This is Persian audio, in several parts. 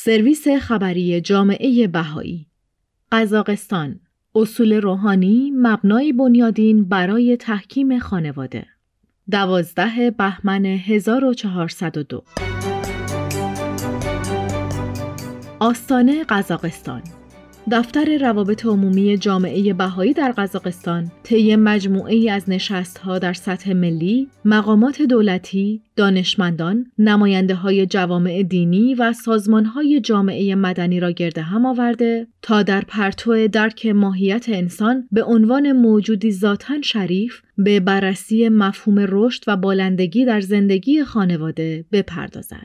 سرویس خبری جامعه بهایی قزاقستان. اصول روحانی مبنای بنیادین برای تحکیم خانواده. 12 بهمن 1402. آستانه قزاقستان. دفتر روابط عمومی جامعه بهایی در قزاقستان طی مجموعه‌ای از نشست‌ها در سطح ملی، مقامات دولتی، دانشمندان، نماینده‌های جوامع دینی و سازمان‌های جامعه مدنی را گرد هم آورده تا در پرتو درک ماهیت انسان به عنوان موجودی ذاتاً شریف به بررسی مفهوم رشد و بالندگی در زندگی خانواده بپردازد.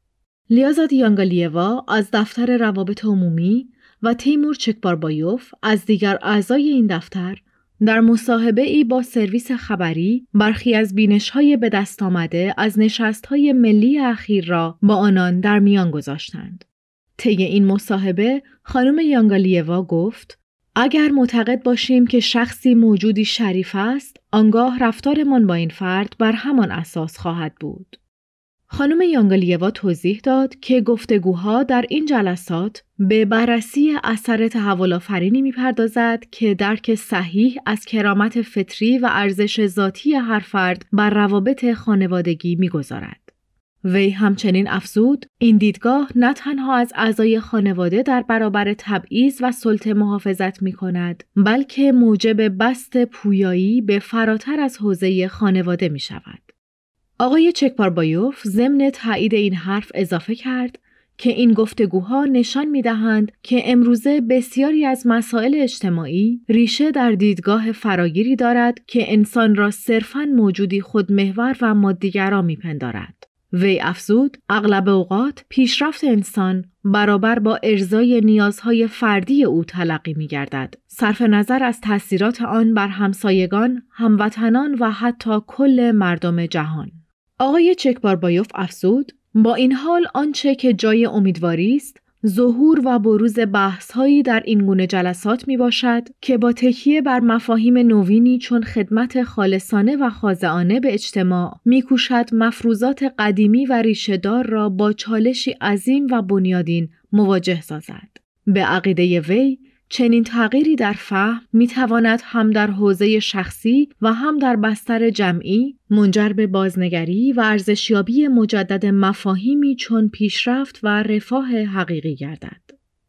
لیازاد یانگالیوا از دفتر روابط عمومی و تیمور چکباربایوف از دیگر اعضای این دفتر در مصاحبه‌ای با سرویس خبری برخی از بینش‌های به دست آمده از نشست‌های ملی اخیر را با آنان در میان گذاشتند. طی این مصاحبه خانم یانگالیوا گفت: اگر معتقد باشیم که شخصی موجودی شریف است، آنگاه رفتارمان با این فرد بر همان اساس خواهد بود. خانم یانگالیوا توضیح داد که گفتگوها در این جلسات به بررسی اثر تحول‌آفرینی می‌پردازد که درک صحیح از کرامت فطری و ارزش ذاتی هر فرد بر روابط خانوادگی می‌گذارد. وی همچنین افزود این دیدگاه نه تنها از اعضای خانواده در برابر تبعیض و سلطه محافظت می‌کند، بلکه موجب بسط پویایی به فراتر از حوزه خانواده می‌شود. آقای چکباربایوف ضمن تایید این حرف اضافه کرد که این گفتگوها نشان می‌دهند که امروزه بسیاری از مسائل اجتماعی ریشه در دیدگاه فراگیری دارد که انسان را صرفاً موجودی خودمحور و مادی‌گرا می‌پندارد. وی افزود اغلب اوقات پیشرفت انسان برابر با ارضای نیازهای فردی او تلقی می‌گردد، صرف نظر از تأثیرات آن بر همسایگان، هموطنان و حتی کل مردم جهان. آقای چکباربایوف افزود با این حال آنچه که جای امیدواری است ظهور و بروز بحث‌هایی در این گونه جلسات میباشد که با تکیه بر مفاهیم نوینی چون خدمت خالصانه و خاضعانه به اجتماع میکوشد مفروضات قدیمی و ریشه‌دار را با چالشی عظیم و بنیادین مواجه سازد. به عقیده وی چنین تغییری در فهم میتواند هم در حوزه شخصی و هم در بستر جمعی منجر به بازنگری و ارزشیابی مجدد مفاهیمی چون پیشرفت و رفاه حقیقی گردد.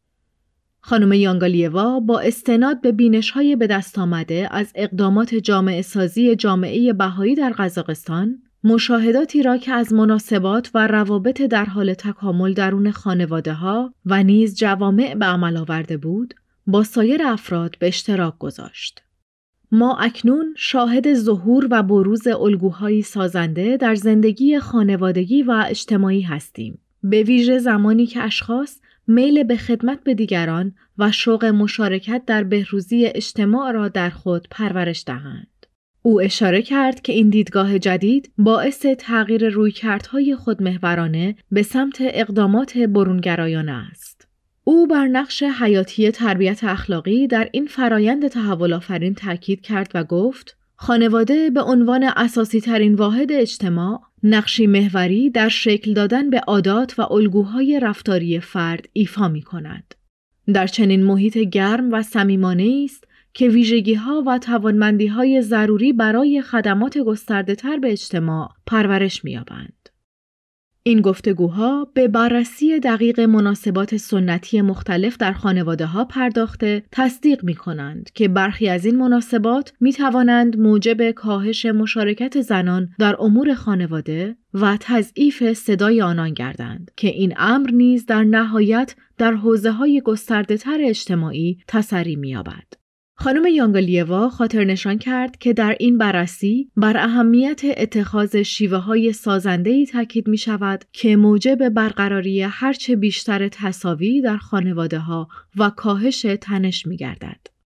خانم یانگالیوا با استناد به بینش‌های به دست آمده از اقدامات جامعه سازی جامعه بهایی در قزاقستان، مشاهداتی را که از مناسبات و روابط در حال تکامل درون خانواده‌ها و نیز جوامع به عمل آورده بود، با سایر افراد به اشتراک گذاشت. ما اکنون شاهد ظهور و بروز الگوهای سازنده در زندگی خانوادگی و اجتماعی هستیم، به ویژه زمانی که اشخاص میل به خدمت به دیگران و شوق مشارکت در بهروزی اجتماع را در خود پرورش دهند. او اشاره کرد که این دیدگاه جدید باعث تغییر رویکردهای خودمحورانه به سمت اقدامات برونگرایانه است. او بر نقش حیاتی تربیت اخلاقی در این فرایند تحول آفرین تاکید کرد و گفت خانواده به عنوان اساسی ترین واحد اجتماع نقشی محوری در شکل دادن به عادات و الگوهای رفتاری فرد ایفا می کند. در چنین محیط گرم و صمیمانه‌ای است که ویژگی‌ها و توانمندی‌های ضروری برای خدمات گسترده‌تر به اجتماع پرورش می‌یابند. این گفتگوها به بررسی دقیق مناسبات سنتی مختلف در خانواده‌ها پرداخته تصدیق می‌کنند که برخی از این مناسبات می‌توانند موجب کاهش مشارکت زنان در امور خانواده و تضعیف صدای آنان گردند که این امر نیز در نهایت در حوزه‌های گسترده‌تر اجتماعی تسری می‌یابد. خانم یانگالیوا خاطر نشان کرد که در این بررسی بر اهمیت اتخاذ شیوه‌های سازنده‌ای تاکید می‌شود که موجب برقراری هرچه بیشتر تساوی در خانواده‌ها و کاهش تنش می‌گردد.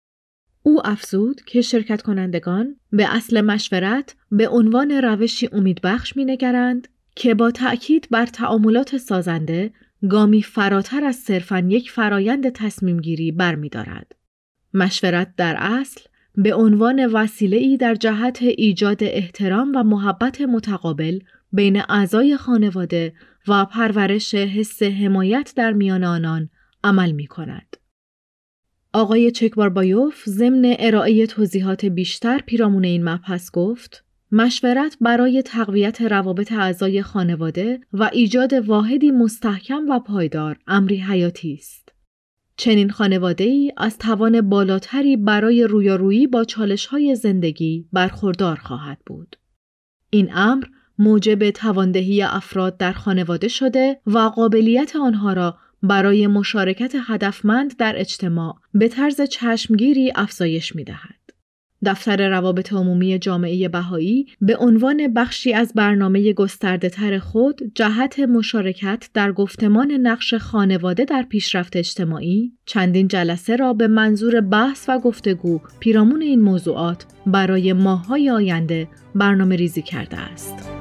او افزود که شرکت کنندگان به اصل مشورت به عنوان روشی امیدبخش می‌نگرند که با تأکید بر تعاملات سازنده گامی فراتر از صرفاً یک فرایند تصمیم‌گیری برمی‌دارد. مشورت در اصل به عنوان وسیله‌ای در جهت ایجاد احترام و محبت متقابل بین اعضای خانواده و پرورش حس حمایت در میان آنان عمل می‌کند. آقای چکباربایوف ضمن ارائه توضیحات بیشتر پیرامون این مبحث گفت: مشورت برای تقویت روابط اعضای خانواده و ایجاد واحدی مستحکم و پایدار امری حیاتی است. چنین خانواده‌ای از توان بالاتری برای رویارویی با چالش‌های زندگی برخوردار خواهد بود. این امر موجب تواندهی افراد در خانواده شده و قابلیت آنها را برای مشارکت هدفمند در اجتماع به طرز چشمگیری افزایش می‌دهد. دفتر روابط عمومی جامعه بهایی به عنوان بخشی از برنامه گسترده‌تر خود جهت مشارکت در گفتمان نقش خانواده در پیشرفت اجتماعی چندین جلسه را به منظور بحث و گفتگو پیرامون این موضوعات برای ماه‌های آینده برنامه‌ریزی کرده است.